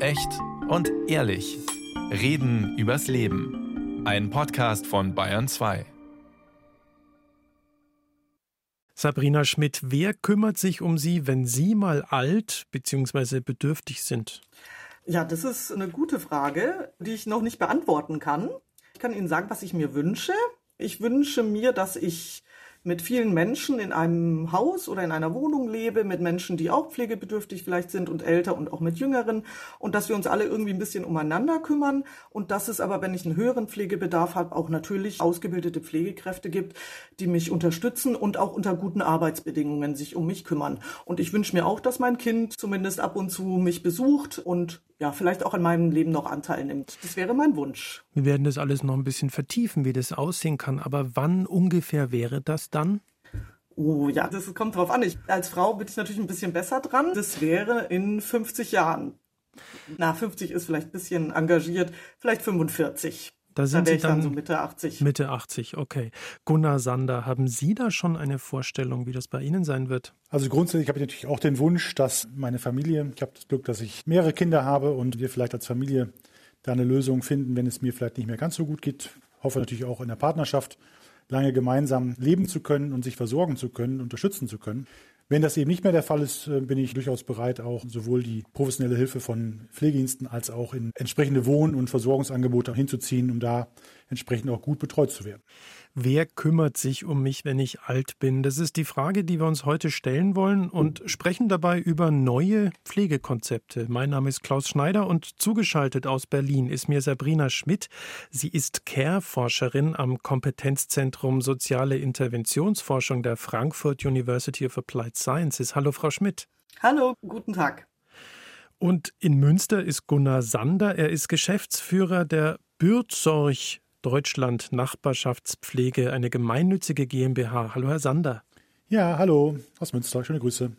Echt und ehrlich. Reden übers Leben. Ein Podcast von Bayern 2. Sabrina Schmidt, wer kümmert sich um Sie, wenn Sie mal alt bzw. bedürftig sind? Ja, das ist eine gute Frage, die ich noch nicht beantworten kann. Ich kann Ihnen sagen, was ich mir wünsche. Ich wünsche mir, dass ich mit vielen Menschen in einem Haus oder in einer Wohnung lebe, mit Menschen, die auch pflegebedürftig vielleicht sind und älter und auch mit Jüngeren, und dass wir uns alle irgendwie ein bisschen umeinander kümmern und dass es aber, wenn ich einen höheren Pflegebedarf habe, auch natürlich ausgebildete Pflegekräfte gibt, die mich unterstützen und auch unter guten Arbeitsbedingungen sich um mich kümmern. Und ich wünsche mir auch, dass mein Kind zumindest ab und zu mich besucht und ja, vielleicht auch an meinem Leben noch Anteil nimmt. Das wäre mein Wunsch. Wir werden das alles noch ein bisschen vertiefen, wie das aussehen kann. Aber wann ungefähr wäre das dann? Oh ja, das kommt drauf an. Als Frau bin ich natürlich ein bisschen besser dran. Das wäre in 50 Jahren. 50 ist vielleicht ein bisschen engagiert, vielleicht 45. Da sind wäre Sie ich dann dann so Mitte 80. Mitte 80, okay. Gunnar Sander, haben Sie da schon eine Vorstellung, wie das bei Ihnen sein wird? Also grundsätzlich habe ich natürlich auch den Wunsch, dass meine Familie, ich habe das Glück, dass ich mehrere Kinder habe und wir vielleicht als Familie da eine Lösung finden, wenn es mir vielleicht nicht mehr ganz so gut geht. Hoffe natürlich auch in der Partnerschaft lange gemeinsam leben zu können und sich versorgen zu können, unterstützen zu können. Wenn das eben nicht mehr der Fall ist, bin ich durchaus bereit, auch sowohl die professionelle Hilfe von Pflegediensten als auch in entsprechende Wohn- und Versorgungsangebote hinzuziehen, um da entsprechend auch gut betreut zu werden. Wer kümmert sich um mich, wenn ich alt bin? Das ist die Frage, die wir uns heute stellen wollen und sprechen dabei über neue Pflegekonzepte. Mein Name ist Klaus Schneider und zugeschaltet aus Berlin ist mir Sabrina Schmidt. Sie ist Care-Forscherin am Kompetenzzentrum Soziale Interventionsforschung der Frankfurt University of Applied Sciences. Hallo, Frau Schmidt. Hallo, guten Tag. Und in Münster ist Gunnar Sander. Er ist Geschäftsführer der Bürzorg Deutschland Nachbarschaftspflege, eine gemeinnützige GmbH. Hallo, Herr Sander. Ja, hallo, aus Münster. Schöne Grüße.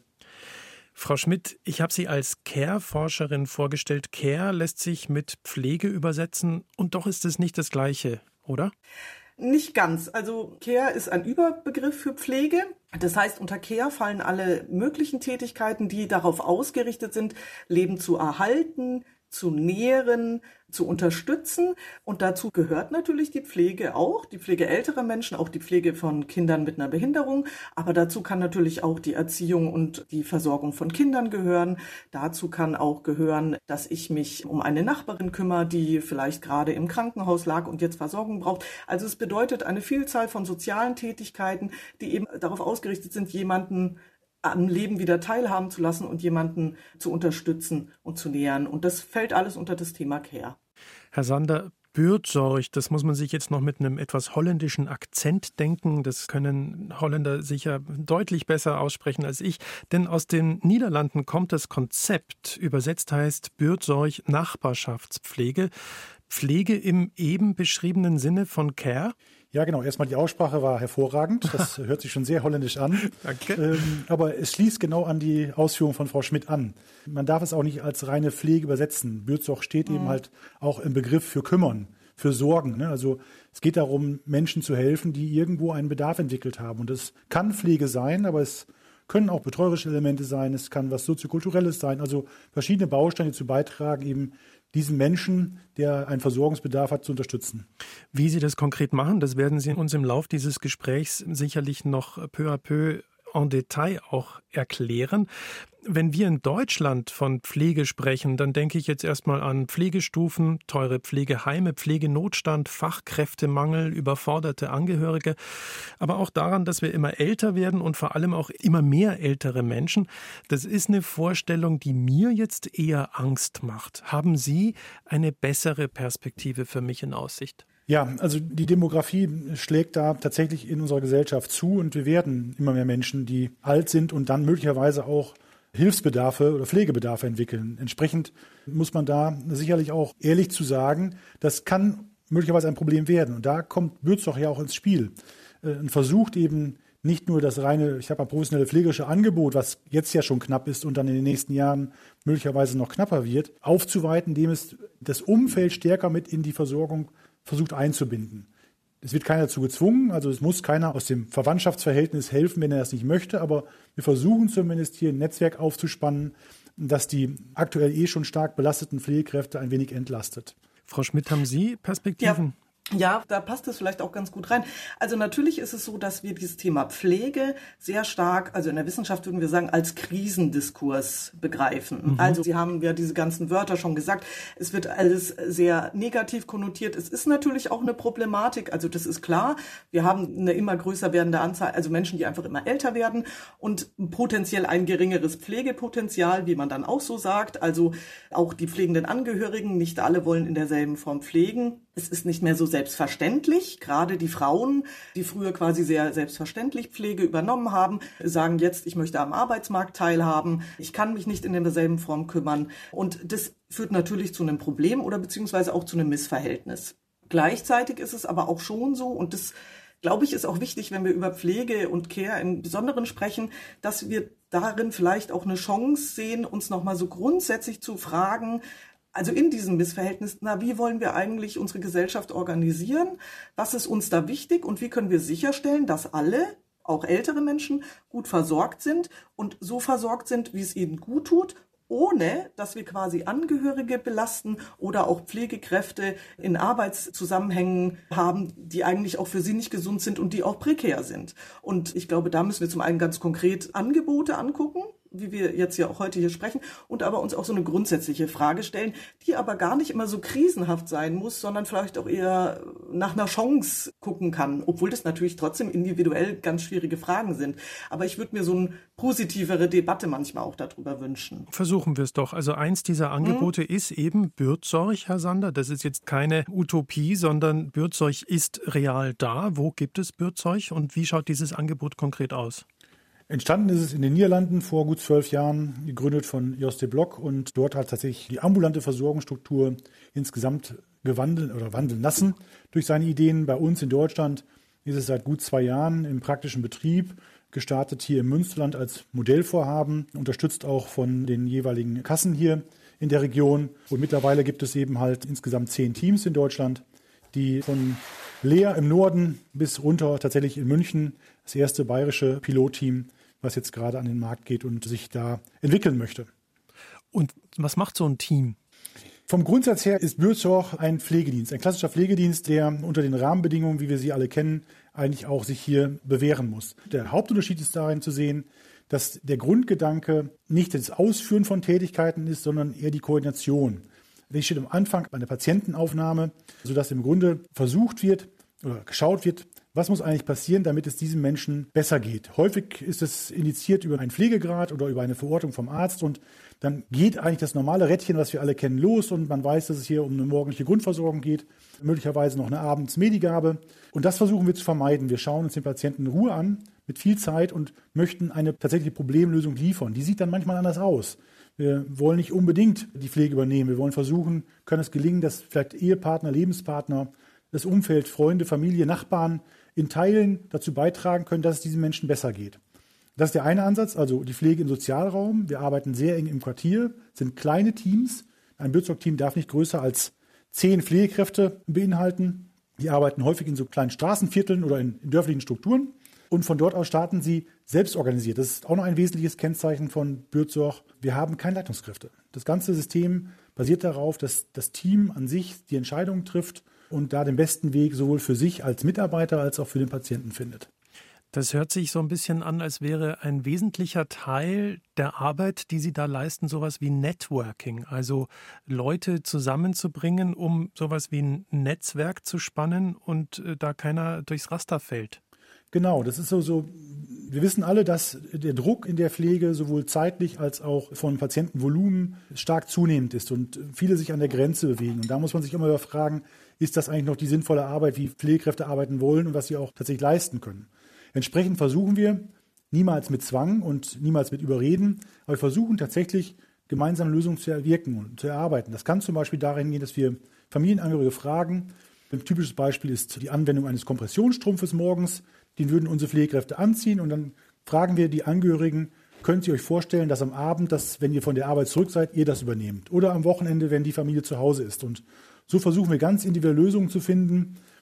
Frau Schmidt, ich habe Sie als Care-Forscherin vorgestellt. Care lässt sich mit Pflege übersetzen und doch ist es nicht das Gleiche, oder? Nicht ganz. Also Care ist ein Überbegriff für Pflege. Das heißt, unter Care fallen alle möglichen Tätigkeiten, die darauf ausgerichtet sind, Leben zu erhalten, zu nähren, zu unterstützen. Und dazu gehört natürlich die Pflege auch, die Pflege älterer Menschen, auch die Pflege von Kindern mit einer Behinderung. Aber dazu kann natürlich auch die Erziehung und die Versorgung von Kindern gehören. Dazu kann auch gehören, dass ich mich um eine Nachbarin kümmere, die vielleicht gerade im Krankenhaus lag und jetzt Versorgung braucht. Also es bedeutet eine Vielzahl von sozialen Tätigkeiten, die eben darauf ausgerichtet sind, jemanden am Leben wieder teilhaben zu lassen und jemanden zu unterstützen und zu nähern. Und das fällt alles unter das Thema Care. Herr Sander, Bürzorg, das muss man sich jetzt noch mit einem etwas holländischen Akzent denken. Das können Holländer sicher deutlich besser aussprechen als ich. Denn aus den Niederlanden kommt das Konzept, übersetzt heißt Bürzorg Nachbarschaftspflege. Pflege im eben beschriebenen Sinne von Care? Ja, genau. Erstmal die Aussprache war hervorragend. Das hört sich schon sehr holländisch an. Danke. Aber es schließt genau an die Ausführung von Frau Schmidt an. Man darf es auch nicht als reine Pflege übersetzen. Bürzorg steht eben halt auch im Begriff für kümmern, für sorgen. Ne? Also es geht darum, Menschen zu helfen, die irgendwo einen Bedarf entwickelt haben. Und es kann Pflege sein, aber es können auch betreuerische Elemente sein. Es kann was soziokulturelles sein. Also verschiedene Bausteine dazu beitragen, eben diesen Menschen, der einen Versorgungsbedarf hat, zu unterstützen. Wie Sie das konkret machen, das werden Sie uns im Lauf dieses Gesprächs sicherlich noch peu à peu en Detail auch erklären. Wenn wir in Deutschland von Pflege sprechen, dann denke ich jetzt erstmal an Pflegestufen, teure Pflegeheime, Pflegenotstand, Fachkräftemangel, überforderte Angehörige, aber auch daran, dass wir immer älter werden und vor allem auch immer mehr ältere Menschen. Das ist eine Vorstellung, die mir jetzt eher Angst macht. Haben Sie eine bessere Perspektive für mich in Aussicht? Ja, also die Demografie schlägt da tatsächlich in unserer Gesellschaft zu und wir werden immer mehr Menschen, die alt sind und dann möglicherweise auch Hilfsbedarfe oder Pflegebedarfe entwickeln. Entsprechend muss man da sicherlich auch ehrlich zu sagen, das kann möglicherweise ein Problem werden. Und da kommt Bürzorg ja auch ins Spiel und versucht eben nicht nur das reine, professionelle pflegerische Angebot, was jetzt ja schon knapp ist und dann in den nächsten Jahren möglicherweise noch knapper wird, aufzuweiten, indem es das Umfeld stärker mit in die Versorgung versucht einzubinden. Es wird keiner dazu gezwungen, also es muss keiner aus dem Verwandtschaftsverhältnis helfen, wenn er das nicht möchte, aber wir versuchen zumindest hier ein Netzwerk aufzuspannen, das die aktuell schon stark belasteten Pflegekräfte ein wenig entlastet. Frau Schmidt, haben Sie Perspektiven? Ja, da passt es vielleicht auch ganz gut rein. Also natürlich ist es so, dass wir dieses Thema Pflege sehr stark, also in der Wissenschaft würden wir sagen, als Krisendiskurs begreifen. Also Sie haben ja diese ganzen Wörter schon gesagt, es wird alles sehr negativ konnotiert. Es ist natürlich auch eine Problematik, also das ist klar. Wir haben eine immer größer werdende Anzahl, also Menschen, die einfach immer älter werden und potenziell ein geringeres Pflegepotenzial, wie man dann auch so sagt. Also auch die pflegenden Angehörigen, nicht alle wollen in derselben Form pflegen. Es ist nicht mehr so selbstverständlich. Gerade die Frauen, die früher quasi sehr selbstverständlich Pflege übernommen haben, sagen jetzt, ich möchte am Arbeitsmarkt teilhaben. Ich kann mich nicht in derselben Form kümmern. Und das führt natürlich zu einem Problem oder beziehungsweise auch zu einem Missverhältnis. Gleichzeitig ist es aber auch schon so, und das, glaube ich, ist auch wichtig, wenn wir über Pflege und Care im Besonderen sprechen, dass wir darin vielleicht auch eine Chance sehen, uns nochmal so grundsätzlich zu fragen, also in diesem Missverhältnis, wie wollen wir eigentlich unsere Gesellschaft organisieren? Was ist uns da wichtig und wie können wir sicherstellen, dass alle, auch ältere Menschen, gut versorgt sind und so versorgt sind, wie es ihnen gut tut, ohne dass wir quasi Angehörige belasten oder auch Pflegekräfte in Arbeitszusammenhängen haben, die eigentlich auch für sie nicht gesund sind und die auch prekär sind. Und ich glaube, da müssen wir zum einen ganz konkret Angebote angucken, wie wir jetzt ja auch heute hier sprechen, und aber uns auch so eine grundsätzliche Frage stellen, die aber gar nicht immer so krisenhaft sein muss, sondern vielleicht auch eher nach einer Chance gucken kann, obwohl das natürlich trotzdem individuell ganz schwierige Fragen sind. Aber ich würde mir so eine positivere Debatte manchmal auch darüber wünschen. Versuchen wir es doch. Also eins dieser Angebote ist eben Bürtsorg, Herr Sander. Das ist jetzt keine Utopie, sondern Bürtsorg ist real da. Wo gibt es Bürtsorg und wie schaut dieses Angebot konkret aus? Entstanden ist es in den Niederlanden vor gut 12 Jahren, gegründet von Jos de Blok, und dort hat tatsächlich die ambulante Versorgungsstruktur insgesamt wandeln lassen durch seine Ideen. Bei uns in Deutschland ist es seit gut 2 Jahren im praktischen Betrieb, gestartet hier im Münsterland als Modellvorhaben, unterstützt auch von den jeweiligen Kassen hier in der Region. Und mittlerweile gibt es eben halt insgesamt 10 Teams in Deutschland, die von Leer im Norden bis runter tatsächlich in München, das erste bayerische Pilotteam, was jetzt gerade an den Markt geht und sich da entwickeln möchte. Und was macht so ein Team? Vom Grundsatz her ist Bürtsorg ein Pflegedienst, ein klassischer Pflegedienst, der unter den Rahmenbedingungen, wie wir sie alle kennen, eigentlich auch sich hier bewähren muss. Der Hauptunterschied ist darin zu sehen, dass der Grundgedanke nicht das Ausführen von Tätigkeiten ist, sondern eher die Koordination. Das steht am Anfang einer Patientenaufnahme, sodass im Grunde versucht wird oder geschaut wird, was muss eigentlich passieren, damit es diesem Menschen besser geht. Häufig ist es indiziert über einen Pflegegrad oder über eine Verordnung vom Arzt und dann geht eigentlich das normale Rädchen, was wir alle kennen, los und man weiß, dass es hier um eine morgendliche Grundversorgung geht, möglicherweise noch eine Abends-Medigabe. Und das versuchen wir zu vermeiden. Wir schauen uns den Patienten in Ruhe an, mit viel Zeit und möchten eine tatsächliche Problemlösung liefern. Die sieht dann manchmal anders aus. Wir wollen nicht unbedingt die Pflege übernehmen. Wir wollen versuchen, kann es gelingen, dass vielleicht Ehepartner, Lebenspartner, das Umfeld, Freunde, Familie, Nachbarn in Teilen dazu beitragen können, dass es diesen Menschen besser geht. Das ist der eine Ansatz, also die Pflege im Sozialraum. Wir arbeiten sehr eng im Quartier, sind kleine Teams. Ein Bürtsorg-Team darf nicht größer als 10 Pflegekräfte beinhalten. Die arbeiten häufig in so kleinen Straßenvierteln oder in dörflichen Strukturen. Und von dort aus starten sie selbst organisiert. Das ist auch noch ein wesentliches Kennzeichen von Bürtsorg. Wir haben keine Leitungskräfte. Das ganze System basiert darauf, dass das Team an sich die Entscheidungen trifft und da den besten Weg sowohl für sich als Mitarbeiter als auch für den Patienten findet. Das hört sich so ein bisschen an, als wäre ein wesentlicher Teil der Arbeit, die Sie da leisten, sowas wie Networking, also Leute zusammenzubringen, um sowas wie ein Netzwerk zu spannen und da keiner durchs Raster fällt. Genau, das ist so. Wir wissen alle, dass der Druck in der Pflege sowohl zeitlich als auch von Patientenvolumen stark zunehmend ist und viele sich an der Grenze bewegen. Und da muss man sich immer wieder fragen, ist das eigentlich noch die sinnvolle Arbeit, wie Pflegekräfte arbeiten wollen und was sie auch tatsächlich leisten können. Entsprechend versuchen wir, niemals mit Zwang und niemals mit Überreden, aber wir versuchen tatsächlich, gemeinsame Lösungen zu erwirken und zu erarbeiten. Das kann zum Beispiel darin gehen, dass wir Familienangehörige fragen. Ein typisches Beispiel ist die Anwendung eines Kompressionsstrumpfes morgens. Den würden unsere Pflegekräfte anziehen und dann fragen wir die Angehörigen, könnt ihr euch vorstellen, dass am Abend, wenn ihr von der Arbeit zurück seid, ihr das übernehmt? Oder am Wochenende, wenn die Familie zu Hause ist. Und so versuchen wir ganz individuelle Lösungen zu finden,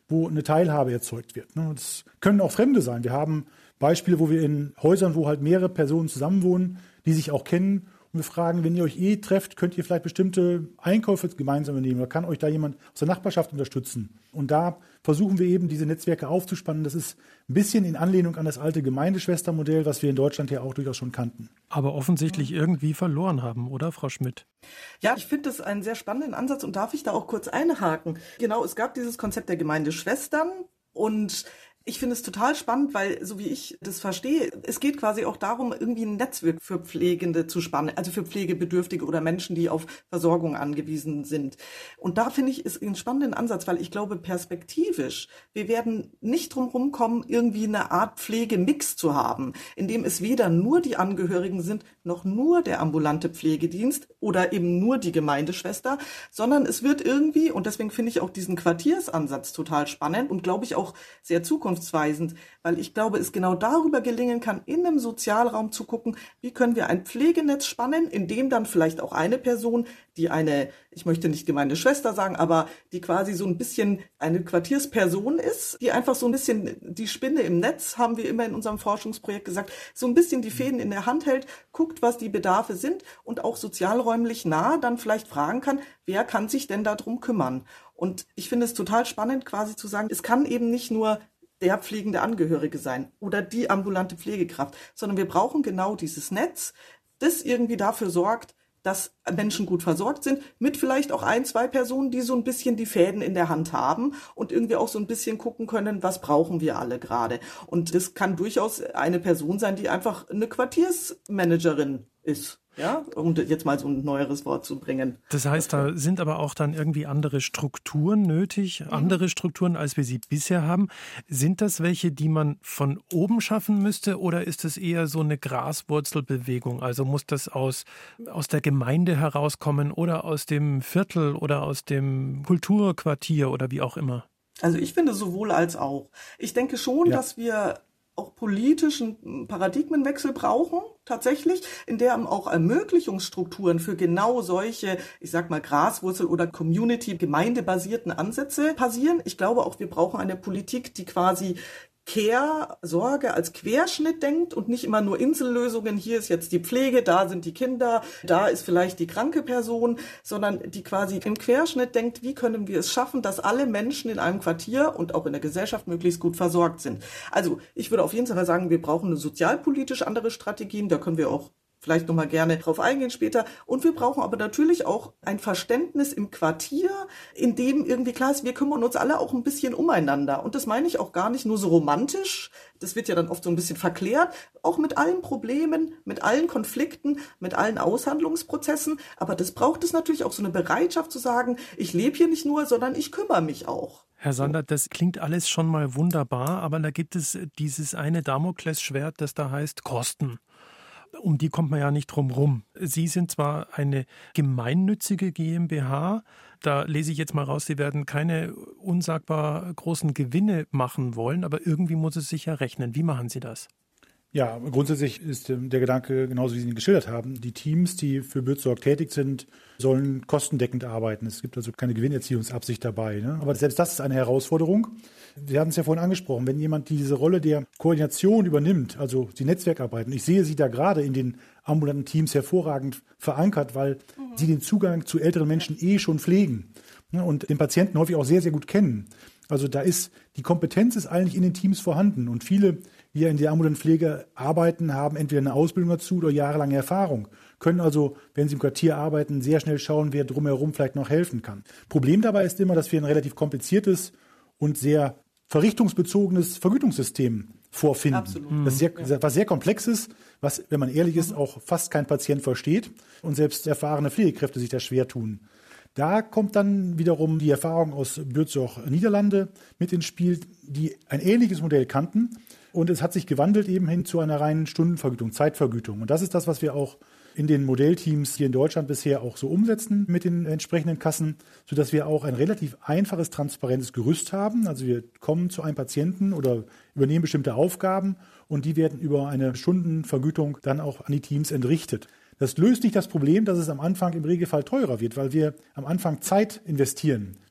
wo eine Teilhabe erzeugt wird. Das können auch Fremde sein. Wir haben Beispiele, wo wir in Häusern, wo halt mehrere Personen zusammenwohnen, die sich auch kennen, und wir fragen, wenn ihr euch trefft, könnt ihr vielleicht bestimmte Einkäufe gemeinsam übernehmen oder kann euch da jemand aus der Nachbarschaft unterstützen? Und da versuchen wir eben, diese Netzwerke aufzuspannen. Das ist ein bisschen in Anlehnung an das alte Gemeindeschwestermodell, was wir in Deutschland ja auch durchaus schon kannten. Aber offensichtlich irgendwie verloren haben, oder, Frau Schmidt? Ja, ich finde das einen sehr spannenden Ansatz und darf ich da auch kurz einhaken? Genau, es gab dieses Konzept der Gemeindeschwestern und ich finde es total spannend, weil, so wie ich das verstehe, es geht quasi auch darum, irgendwie ein Netzwerk für Pflegende zu spannen, also für Pflegebedürftige oder Menschen, die auf Versorgung angewiesen sind. Und da finde ich, ist ein spannender Ansatz, weil ich glaube, perspektivisch, wir werden nicht drum rumkommen, irgendwie eine Art Pflegemix zu haben, in dem es weder nur die Angehörigen sind, noch nur der ambulante Pflegedienst oder eben nur die Gemeindeschwester, sondern es wird irgendwie, und deswegen finde ich auch diesen Quartiersansatz total spannend und glaube ich auch sehr zukunftsweisend, weil ich glaube, es genau darüber gelingen kann, in einem Sozialraum zu gucken, wie können wir ein Pflegenetz spannen, in dem dann vielleicht auch eine Person, die ich möchte nicht Gemeindeschwester sagen, aber die quasi so ein bisschen eine Quartiersperson ist, die einfach so ein bisschen die Spinne im Netz, haben wir immer in unserem Forschungsprojekt gesagt, so ein bisschen die Fäden in der Hand hält, guckt, was die Bedarfe sind und auch sozialräumlich nah dann vielleicht fragen kann, wer kann sich denn darum kümmern? Und ich finde es total spannend, quasi zu sagen, es kann eben nicht nur der pflegende Angehörige sein oder die ambulante Pflegekraft, sondern wir brauchen genau dieses Netz, das irgendwie dafür sorgt, dass Menschen gut versorgt sind, mit vielleicht auch 1, 2 Personen, die so ein bisschen die Fäden in der Hand haben und irgendwie auch so ein bisschen gucken können, was brauchen wir alle gerade. Und das kann durchaus eine Person sein, die einfach eine Quartiersmanagerin ist. Ja, um jetzt mal so ein neueres Wort zu bringen. Das heißt, da sind aber auch dann irgendwie andere Strukturen nötig, andere Strukturen, als wir sie bisher haben. Sind das welche, die man von oben schaffen müsste oder ist es eher so eine Graswurzelbewegung? Also muss das aus der Gemeinde herauskommen oder aus dem Viertel oder aus dem Kulturquartier oder wie auch immer? Also ich finde sowohl als auch. Ich denke schon, dass wir auch politischen Paradigmenwechsel brauchen, tatsächlich, in der auch Ermöglichungsstrukturen für genau solche, ich sag mal, Graswurzel- oder Community-gemeindebasierten Ansätze passieren. Ich glaube auch, wir brauchen eine Politik, die quasi Sorge als Querschnitt denkt und nicht immer nur Insellösungen, hier ist jetzt die Pflege, da sind die Kinder, da ist vielleicht die kranke Person, sondern die quasi im Querschnitt denkt, wie können wir es schaffen, dass alle Menschen in einem Quartier und auch in der Gesellschaft möglichst gut versorgt sind. Also ich würde auf jeden Fall sagen, wir brauchen eine sozialpolitisch andere Strategien, da können wir auch vielleicht nochmal gerne drauf eingehen später. Und wir brauchen aber natürlich auch ein Verständnis im Quartier, in dem irgendwie klar ist, wir kümmern uns alle auch ein bisschen umeinander. Und das meine ich auch gar nicht nur so romantisch. Das wird ja dann oft so ein bisschen verklärt. Auch mit allen Problemen, mit allen Konflikten, mit allen Aushandlungsprozessen. Aber das braucht es natürlich auch so eine Bereitschaft zu sagen, ich lebe hier nicht nur, sondern ich kümmere mich auch. Herr Sander, das klingt alles schon mal wunderbar, aber da gibt es dieses eine Damoklesschwert, das da heißt Kosten. Um die kommt man ja nicht drum rum. Sie sind zwar eine gemeinnützige GmbH, da lese ich jetzt mal raus, Sie werden keine unsagbar großen Gewinne machen wollen, aber irgendwie muss es sich ja rechnen. Wie machen Sie das? Ja, grundsätzlich ist der Gedanke, genauso wie Sie ihn geschildert haben, die Teams, die für Bürsorg tätig sind, sollen kostendeckend arbeiten. Es gibt also keine Gewinnerziehungsabsicht dabei. Ne? Aber selbst das ist eine Herausforderung. Sie hatten es ja vorhin angesprochen, wenn jemand diese Rolle der Koordination übernimmt, also die Netzwerkarbeiten, ich sehe Sie da gerade in den ambulanten Teams hervorragend verankert, weil Sie den Zugang zu älteren Menschen schon pflegen und den Patienten häufig auch sehr, sehr gut kennen. Also die Kompetenz ist eigentlich in den Teams vorhanden und viele, die in der ambulanten Pflege arbeiten, haben entweder eine Ausbildung dazu oder jahrelange Erfahrung, können also, wenn sie im Quartier arbeiten, sehr schnell schauen, wer drumherum vielleicht noch helfen kann. Problem dabei ist immer, dass wir ein relativ kompliziertes und sehr verrichtungsbezogenes Vergütungssystem vorfinden. Absolut. Das ist was sehr Komplexes, was, wenn man ehrlich ist, auch fast kein Patient versteht und selbst erfahrene Pflegekräfte sich da schwer tun. Da kommt dann wiederum die Erfahrung aus Bürsorg Niederlande mit ins Spiel, die ein ähnliches Modell kannten. Und es hat sich gewandelt eben hin zu einer reinen Stundenvergütung, Zeitvergütung. Und das ist das, was wir auch in den Modellteams hier in Deutschland bisher auch so umsetzen mit den entsprechenden Kassen, sodass wir auch ein relativ einfaches, transparentes Gerüst haben. Also wir kommen zu einem Patienten oder übernehmen bestimmte Aufgaben und die werden über eine Stundenvergütung dann auch an die Teams entrichtet. Das löst nicht das Problem, dass es am Anfang im Regelfall teurer wird, weil wir am Anfang Zeit investieren.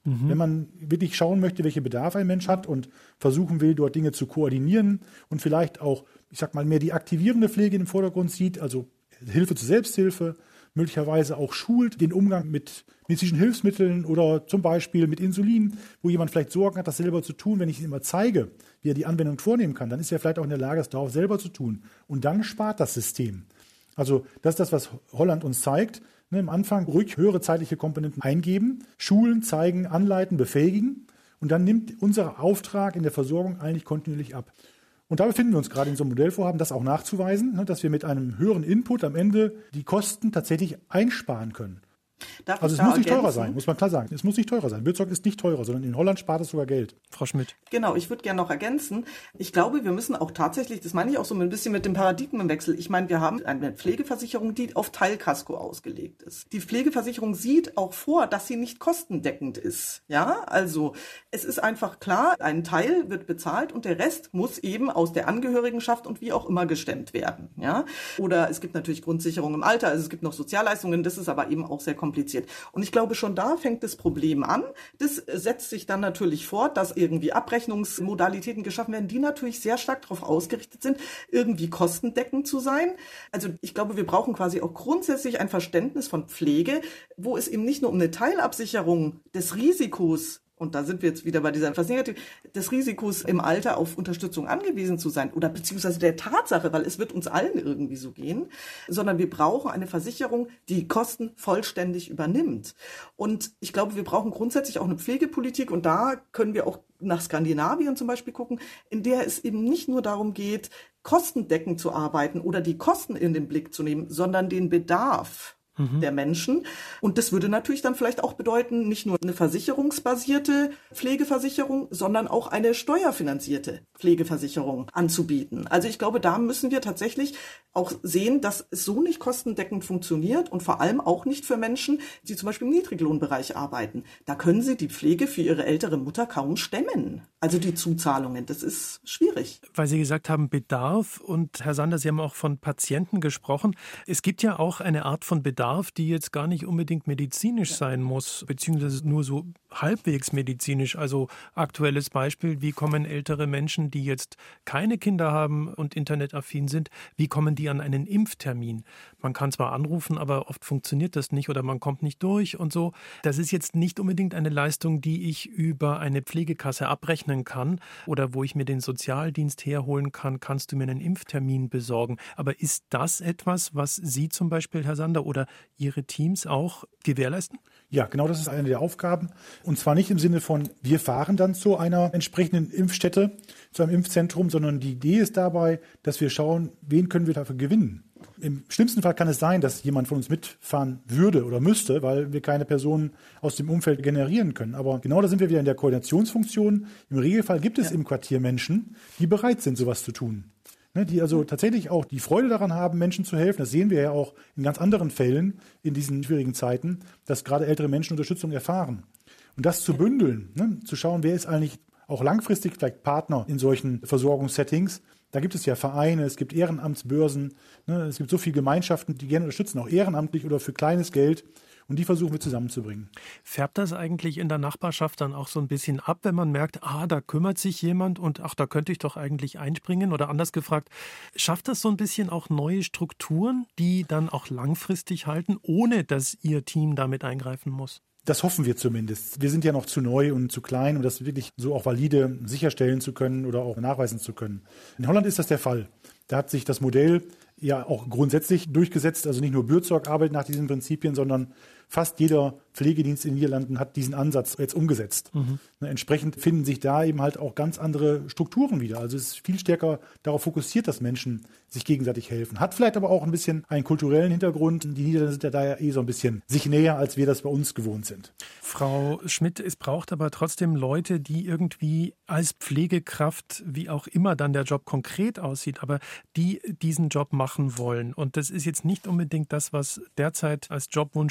Wenn man wirklich schauen möchte, welche Bedarfe ein Mensch hat und versuchen will, dort Dinge zu koordinieren und vielleicht auch, ich sag mal, mehr die aktivierende Pflege im Vordergrund sieht, also Hilfe zur Selbsthilfe, möglicherweise auch schult, den Umgang mit medizinischen Hilfsmitteln oder zum Beispiel mit Insulin, wo jemand vielleicht Sorgen hat, das selber zu tun. Wenn ich ihm immer zeige, wie er die Anwendung vornehmen kann, dann ist er vielleicht auch in der Lage, das darauf selber zu tun. Und dann spart das System. Also das ist das, was Holland uns zeigt. Am Anfang ruhig höhere zeitliche Komponenten eingeben, schulen, zeigen, anleiten, befähigen. Und dann nimmt unser Auftrag in der Versorgung eigentlich kontinuierlich ab. Und da befinden wir uns gerade in so einem Modellvorhaben, das auch nachzuweisen, dass wir mit einem höheren Input am Ende die Kosten tatsächlich einsparen können. Also es muss nicht teurer sein, muss man klar sagen. Es muss nicht teurer sein. Bürsorg ist nicht teurer, sondern in Holland spart es sogar Geld. Frau Schmidt. Genau, ich würde gerne noch ergänzen. Ich glaube, wir müssen auch tatsächlich, das meine ich auch so ein bisschen mit dem Paradigmenwechsel. Ich meine, wir haben eine Pflegeversicherung, die auf Teilkasko ausgelegt ist. Die Pflegeversicherung sieht auch vor, dass sie nicht kostendeckend ist. Ja, also es ist einfach klar, ein Teil wird bezahlt und der Rest muss eben aus der Angehörigenschaft und wie auch immer gestemmt werden. Ja, oder es gibt natürlich Grundsicherung im Alter, also es gibt noch Sozialleistungen, das ist aber eben auch sehr kompliziert. Und ich glaube, schon da fängt das Problem an. Das setzt sich dann natürlich fort, dass irgendwie Abrechnungsmodalitäten geschaffen werden, die natürlich sehr stark darauf ausgerichtet sind, irgendwie kostendeckend zu sein. Also ich glaube, wir brauchen quasi auch grundsätzlich ein Verständnis von Pflege, wo es eben nicht nur um eine Teilabsicherung des Risikos, und da sind wir jetzt wieder bei dieser etwas Negativ, des Risikos im Alter auf Unterstützung angewiesen zu sein oder beziehungsweise der Tatsache, weil es wird uns allen irgendwie so gehen, sondern wir brauchen eine Versicherung, die Kosten vollständig übernimmt. Und ich glaube, wir brauchen grundsätzlich auch eine Pflegepolitik und da können wir auch nach Skandinavien zum Beispiel gucken, in der es eben nicht nur darum geht, kostendeckend zu arbeiten oder die Kosten in den Blick zu nehmen, sondern den Bedarf der Menschen. Und das würde natürlich dann vielleicht auch bedeuten, nicht nur eine versicherungsbasierte Pflegeversicherung, sondern auch eine steuerfinanzierte Pflegeversicherung anzubieten. Also ich glaube, da müssen wir tatsächlich auch sehen, dass es so nicht kostendeckend funktioniert und vor allem auch nicht für Menschen, die zum Beispiel im Niedriglohnbereich arbeiten. Da können sie die Pflege für ihre ältere Mutter kaum stemmen. Also die Zuzahlungen, das ist schwierig. Weil Sie gesagt haben, Bedarf und Herr Sander, Sie haben auch von Patienten gesprochen. Es gibt ja auch eine Art von Bedarf, die jetzt gar nicht unbedingt medizinisch sein muss, beziehungsweise nur so halbwegs medizinisch. Also aktuelles Beispiel, wie kommen ältere Menschen, die jetzt keine Kinder haben und internetaffin sind, wie kommen die an einen Impftermin? Man kann zwar anrufen, aber oft funktioniert das nicht oder man kommt nicht durch und so. Das ist jetzt nicht unbedingt eine Leistung, die ich über eine Pflegekasse abrechnen kann oder wo ich mir den Sozialdienst herholen kann, kannst du mir einen Impftermin besorgen. Aber ist das etwas, was Sie zum Beispiel, Herr Sander, oder Ihre Teams auch gewährleisten? Ja, genau, das ist eine der Aufgaben. Und zwar nicht im Sinne von, wir fahren dann zu einer entsprechenden Impfstätte, zu einem Impfzentrum, sondern die Idee ist dabei, dass wir schauen, wen können wir dafür gewinnen. Im schlimmsten Fall kann es sein, dass jemand von uns mitfahren würde oder müsste, weil wir keine Personen aus dem Umfeld generieren können. Aber genau da sind wir wieder in der Koordinationsfunktion. Im Regelfall gibt es im Quartier Menschen, die bereit sind, sowas zu tun. Die also tatsächlich auch die Freude daran haben, Menschen zu helfen. Das sehen wir ja auch in ganz anderen Fällen in diesen schwierigen Zeiten, dass gerade ältere Menschen Unterstützung erfahren. Und das zu bündeln, zu schauen, wer ist eigentlich auch langfristig vielleicht Partner in solchen Versorgungssettings. Da gibt es ja Vereine, es gibt Ehrenamtsbörsen, es gibt so viele Gemeinschaften, die gerne unterstützen, auch ehrenamtlich oder für kleines Geld. Und die versuchen wir zusammenzubringen. Färbt das eigentlich in der Nachbarschaft dann auch so ein bisschen ab, wenn man merkt, da kümmert sich jemand und da könnte ich doch eigentlich einspringen? Oder anders gefragt, schafft das so ein bisschen auch neue Strukturen, die dann auch langfristig halten, ohne dass Ihr Team damit eingreifen muss? Das hoffen wir zumindest. Wir sind ja noch zu neu und zu klein, um das wirklich so auch valide sicherstellen zu können oder auch nachweisen zu können. In Holland ist das der Fall. Da hat sich das Modell ja auch grundsätzlich durchgesetzt. Also nicht nur Bürsorg arbeitet nach diesen Prinzipien, sondern fast jeder Pflegedienst in den Niederlanden hat diesen Ansatz jetzt umgesetzt. Entsprechend finden sich da eben halt auch ganz andere Strukturen wieder. Also es ist viel stärker darauf fokussiert, dass Menschen sich gegenseitig helfen. Hat vielleicht aber auch ein bisschen einen kulturellen Hintergrund. Die Niederlande sind ja da ja so ein bisschen sich näher, als wir das bei uns gewohnt sind. Frau Schmidt, es braucht aber trotzdem Leute, die irgendwie als Pflegekraft, wie auch immer dann der Job konkret aussieht, aber die diesen Job machen wollen. Und das ist jetzt nicht unbedingt das, was derzeit als Jobwunsch Nummer 1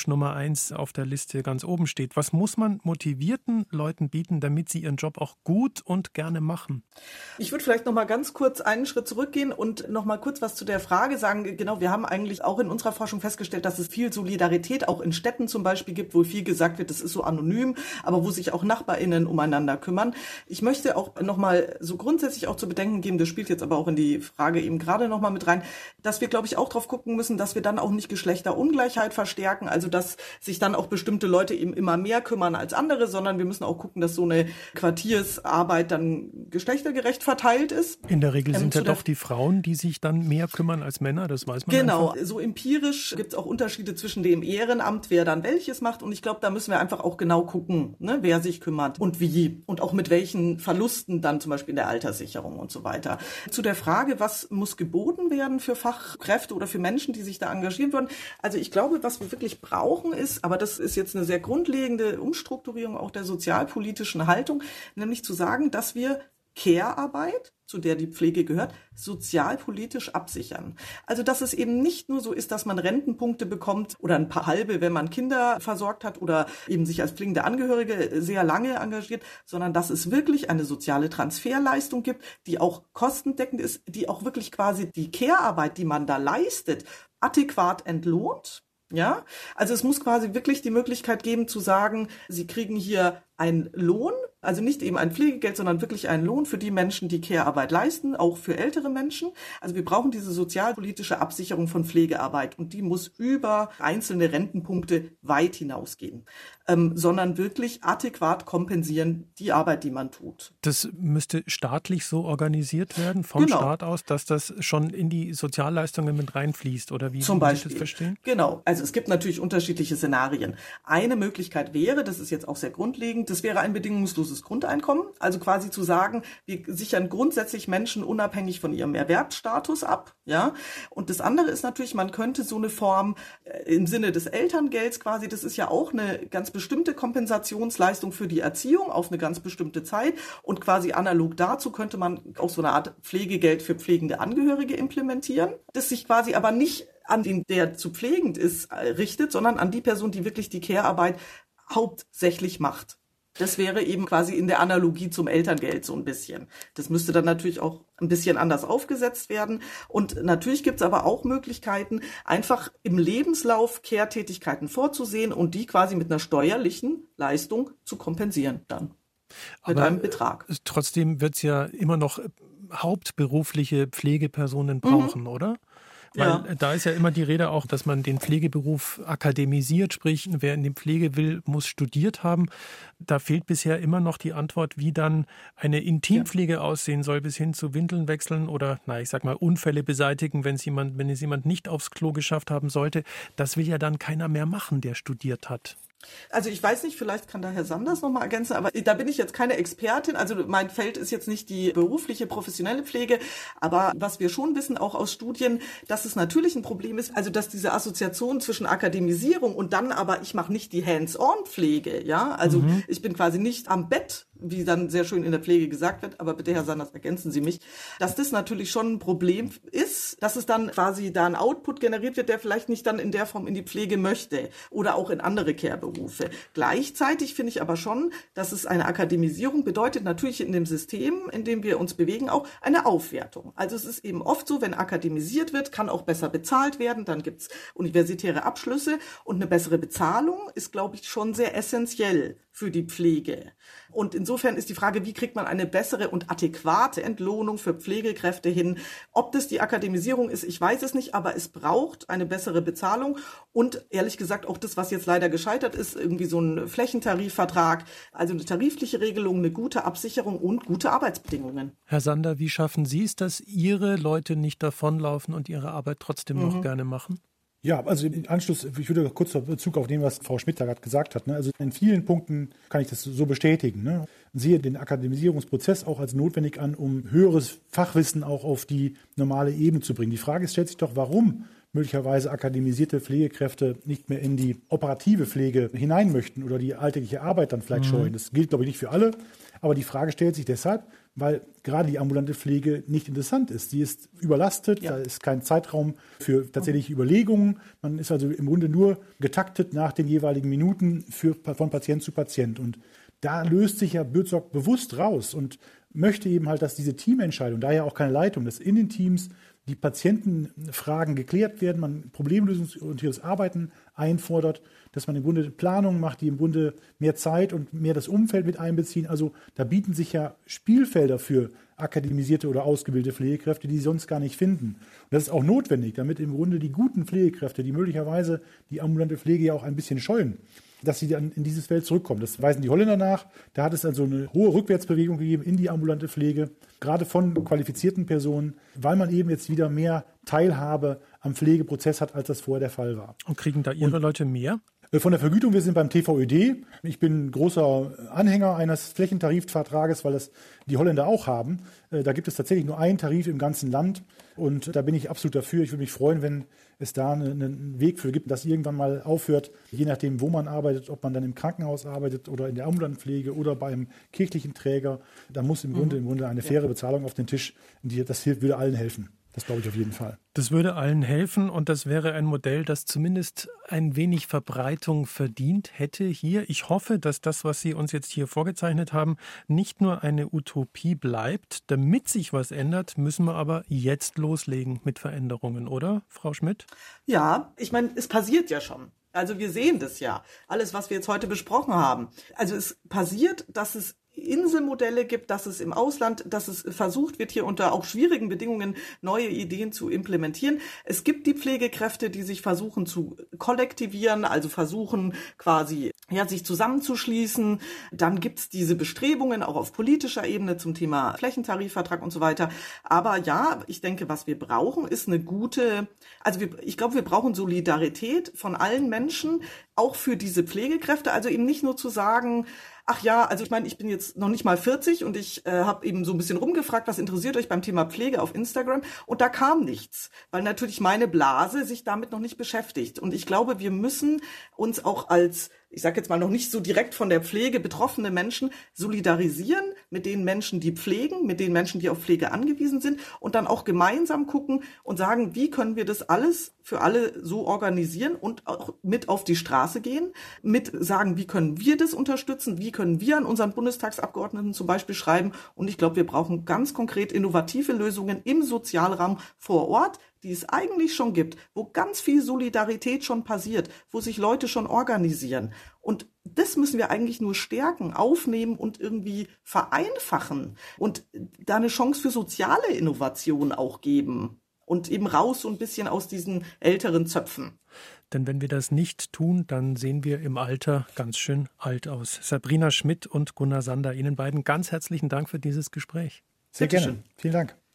1 auf der Liste ganz oben steht. Was muss man motivierten Leuten bieten, damit sie ihren Job auch gut und gerne machen? Ich würde vielleicht noch mal ganz kurz einen Schritt zurückgehen und noch mal kurz was zu der Frage sagen. Genau, wir haben eigentlich auch in unserer Forschung festgestellt, dass es viel Solidarität auch in Städten zum Beispiel gibt, wo viel gesagt wird, das ist so anonym, aber wo sich auch NachbarInnen umeinander kümmern. Ich möchte auch noch mal so grundsätzlich auch zu bedenken geben, das spielt jetzt aber auch in die Frage eben gerade noch mal mit rein, dass wir, glaube ich, auch drauf gucken müssen, dass wir dann auch nicht Geschlechterungleichheit verstärken, also dass sich dann auch bestimmte Leute eben immer mehr kümmern als andere, sondern wir müssen auch gucken, dass so eine Quartiersarbeit dann geschlechtergerecht verteilt ist. In der Regel sind ja doch die Frauen, die sich dann mehr kümmern als Männer, das weiß man genau, einfach. So empirisch gibt es auch Unterschiede zwischen dem Ehrenamt, wer dann welches macht und ich glaube, da müssen wir einfach auch genau gucken, ne, wer sich kümmert und wie und auch mit welchen Verlusten dann zum Beispiel in der Alterssicherung und so weiter. Zu der Frage, was muss geboten werden für Fachkräfte oder für Menschen, die sich da engagieren würden. Also ich glaube, was wir wirklich brauchen ist, aber das ist jetzt eine sehr grundlegende Umstrukturierung auch der sozialpolitischen Haltung, nämlich zu sagen, dass wir Care-Arbeit, zu der die Pflege gehört, sozialpolitisch absichern. Also dass es eben nicht nur so ist, dass man Rentenpunkte bekommt oder ein paar halbe, wenn man Kinder versorgt hat oder eben sich als pflegende Angehörige sehr lange engagiert, sondern dass es wirklich eine soziale Transferleistung gibt, die auch kostendeckend ist, die auch wirklich quasi die Care-Arbeit, die man da leistet, adäquat entlohnt. Ja, also es muss quasi wirklich die Möglichkeit geben zu sagen, Sie kriegen hier einen Lohn, also nicht eben ein Pflegegeld, sondern wirklich einen Lohn für die Menschen, die Care-Arbeit leisten, auch für ältere Menschen. Also wir brauchen diese sozialpolitische Absicherung von Pflegearbeit und die muss über einzelne Rentenpunkte weit hinausgehen, sondern wirklich adäquat kompensieren die Arbeit, die man tut. Das müsste staatlich so organisiert werden, vom Staat aus, dass das schon in die Sozialleistungen mit reinfließt oder wie zum Beispiel. Sie das verstehen? Genau, also es gibt natürlich unterschiedliche Szenarien. Eine Möglichkeit wäre, das ist jetzt auch sehr grundlegend, das wäre ein bedingungsloses Grundeinkommen, also quasi zu sagen, wir sichern grundsätzlich Menschen unabhängig von ihrem Erwerbsstatus ab, ja. Und das andere ist natürlich, man könnte so eine Form im Sinne des Elterngelds quasi, das ist ja auch eine ganz bestimmte Kompensationsleistung für die Erziehung auf eine ganz bestimmte Zeit und quasi analog dazu könnte man auch so eine Art Pflegegeld für pflegende Angehörige implementieren, das sich quasi aber nicht an den, der zu pflegend ist, richtet, sondern an die Person, die wirklich die Care-Arbeit hauptsächlich macht. Das wäre eben quasi in der Analogie zum Elterngeld so ein bisschen. Das müsste dann natürlich auch ein bisschen anders aufgesetzt werden. Und natürlich gibt es aber auch Möglichkeiten, einfach im Lebenslauf Care-Tätigkeiten vorzusehen und die quasi mit einer steuerlichen Leistung zu kompensieren dann. Mit einem Betrag. Trotzdem wird es ja immer noch hauptberufliche Pflegepersonen brauchen, oder? Weil da ist ja immer die Rede auch, dass man den Pflegeberuf akademisiert, sprich, wer in die Pflege will, muss studiert haben. Da fehlt bisher immer noch die Antwort, wie dann eine Intimpflege aussehen soll, bis hin zu Windeln wechseln oder, ich sag mal, Unfälle beseitigen, wenn es jemand nicht aufs Klo geschafft haben sollte. Das will ja dann keiner mehr machen, der studiert hat. Also ich weiß nicht, vielleicht kann da Herr Sanders nochmal ergänzen, aber da bin ich jetzt keine Expertin. Also mein Feld ist jetzt nicht die berufliche, professionelle Pflege. Aber was wir schon wissen, auch aus Studien, dass es natürlich ein Problem ist, also dass diese Assoziation zwischen Akademisierung und dann aber, ich mache nicht die Hands-on-Pflege, ja. Also ich bin quasi nicht am Bett, wie dann sehr schön in der Pflege gesagt wird, aber bitte, Herr Sanders, ergänzen Sie mich, dass das natürlich schon ein Problem ist, dass es dann quasi da ein Output generiert wird, der vielleicht nicht dann in der Form in die Pflege möchte oder auch in andere Care-Berufe. Gleichzeitig finde ich aber schon, dass es eine Akademisierung bedeutet, natürlich in dem System, in dem wir uns bewegen, auch eine Aufwertung. Also es ist eben oft so, wenn akademisiert wird, kann auch besser bezahlt werden, dann gibt es universitäre Abschlüsse und eine bessere Bezahlung ist, glaube ich, schon sehr essentiell für die Pflege. Und insofern ist die Frage, wie kriegt man eine bessere und adäquate Entlohnung für Pflegekräfte hin? Ob das die Akademisierung ist, ich weiß es nicht, aber es braucht eine bessere Bezahlung und ehrlich gesagt auch das, was jetzt leider gescheitert ist, irgendwie so ein Flächentarifvertrag, also eine tarifliche Regelung, eine gute Absicherung und gute Arbeitsbedingungen. Herr Sander, wie schaffen Sie es, dass Ihre Leute nicht davonlaufen und ihre Arbeit trotzdem noch gerne machen? Ja, also im Anschluss, ich würde kurz Bezug auf dem, was Frau Schmidt da gerade gesagt hat. Also in vielen Punkten kann ich das so bestätigen. Sehe den Akademisierungsprozess auch als notwendig an, um höheres Fachwissen auch auf die normale Ebene zu bringen. Die Frage stellt sich doch, warum möglicherweise akademisierte Pflegekräfte nicht mehr in die operative Pflege hinein möchten oder die alltägliche Arbeit dann vielleicht scheuen. Das gilt, glaube ich, nicht für alle. Aber die Frage stellt sich deshalb, weil gerade die ambulante Pflege nicht interessant ist. Die ist überlastet, da ist kein Zeitraum für tatsächliche Überlegungen. Man ist also im Grunde nur getaktet nach den jeweiligen Minuten von Patient zu Patient. Und da löst sich ja Buurtzorg bewusst raus und möchte eben halt, dass diese Teamentscheidung, daher auch keine Leitung, dass in den Teams die Patientenfragen geklärt werden, man problemlösungsorientiertes Arbeiten einfordert, dass man im Grunde Planungen macht, die im Grunde mehr Zeit und mehr das Umfeld mit einbeziehen. Also da bieten sich ja Spielfelder für akademisierte oder ausgebildete Pflegekräfte, die sie sonst gar nicht finden. Und das ist auch notwendig, damit im Grunde die guten Pflegekräfte, die möglicherweise die ambulante Pflege ja auch ein bisschen scheuen, dass sie dann in dieses Feld zurückkommen. Das weisen die Holländer nach. Da hat es also eine hohe Rückwärtsbewegung gegeben in die ambulante Pflege, gerade von qualifizierten Personen, weil man eben jetzt wieder mehr Teilhabe am Pflegeprozess hat, als das vorher der Fall war. Und kriegen da Ihre Leute mehr? Von der Vergütung, wir sind beim TVÖD. Ich bin großer Anhänger eines Flächentarifvertrages, weil das die Holländer auch haben. Da gibt es tatsächlich nur einen Tarif im ganzen Land und da bin ich absolut dafür. Ich würde mich freuen, wenn es da einen Weg für gibt, dass irgendwann mal aufhört, je nachdem, wo man arbeitet, ob man dann im Krankenhaus arbeitet oder in der ambulanten Pflege oder beim kirchlichen Träger. Da muss im Grunde eine faire Bezahlung auf den Tisch. Das würde allen helfen. Das glaube ich auf jeden Fall. Das würde allen helfen und das wäre ein Modell, das zumindest ein wenig Verbreitung verdient hätte hier. Ich hoffe, dass das, was Sie uns jetzt hier vorgezeichnet haben, nicht nur eine Utopie bleibt. Damit sich was ändert, müssen wir aber jetzt loslegen mit Veränderungen, oder, Frau Schmidt? Ja, ich meine, es passiert ja schon. Also wir sehen das ja, alles, was wir jetzt heute besprochen haben. Also es passiert, dass es Inselmodelle gibt, dass es im Ausland, dass es versucht wird, hier unter auch schwierigen Bedingungen neue Ideen zu implementieren. Es gibt die Pflegekräfte, die sich versuchen zu kollektivieren, also versuchen quasi sich zusammenzuschließen. Dann gibt's diese Bestrebungen auch auf politischer Ebene zum Thema Flächentarifvertrag und so weiter. Aber ja, ich denke, was wir brauchen, ist eine gute, ich glaube, wir brauchen Solidarität von allen Menschen, auch für diese Pflegekräfte. Also eben nicht nur zu sagen, ach ja, also ich meine, ich bin jetzt noch nicht mal 40 und ich habe eben so ein bisschen rumgefragt, was interessiert euch beim Thema Pflege auf Instagram? Und da kam nichts, weil natürlich meine Blase sich damit noch nicht beschäftigt. Und ich glaube, wir müssen uns auch als, ich sage jetzt mal noch nicht so direkt von der Pflege betroffene Menschen solidarisieren mit den Menschen, die pflegen, mit den Menschen, die auf Pflege angewiesen sind und dann auch gemeinsam gucken und sagen, wie können wir das alles für alle so organisieren und auch mit auf die Straße gehen, mit sagen, wie können wir das unterstützen, wie können wir an unseren Bundestagsabgeordneten zum Beispiel schreiben. Und ich glaube, wir brauchen ganz konkret innovative Lösungen im Sozialraum vor Ort, die es eigentlich schon gibt, wo ganz viel Solidarität schon passiert, wo sich Leute schon organisieren. Und das müssen wir eigentlich nur stärken, aufnehmen und irgendwie vereinfachen und da eine Chance für soziale Innovation auch geben und eben raus so ein bisschen aus diesen älteren Zöpfen. Denn wenn wir das nicht tun, dann sehen wir im Alter ganz schön alt aus. Sabrina Schmidt und Gunnar Sander, Ihnen beiden ganz herzlichen Dank für dieses Gespräch. Sehr gerne. Vielen Dank.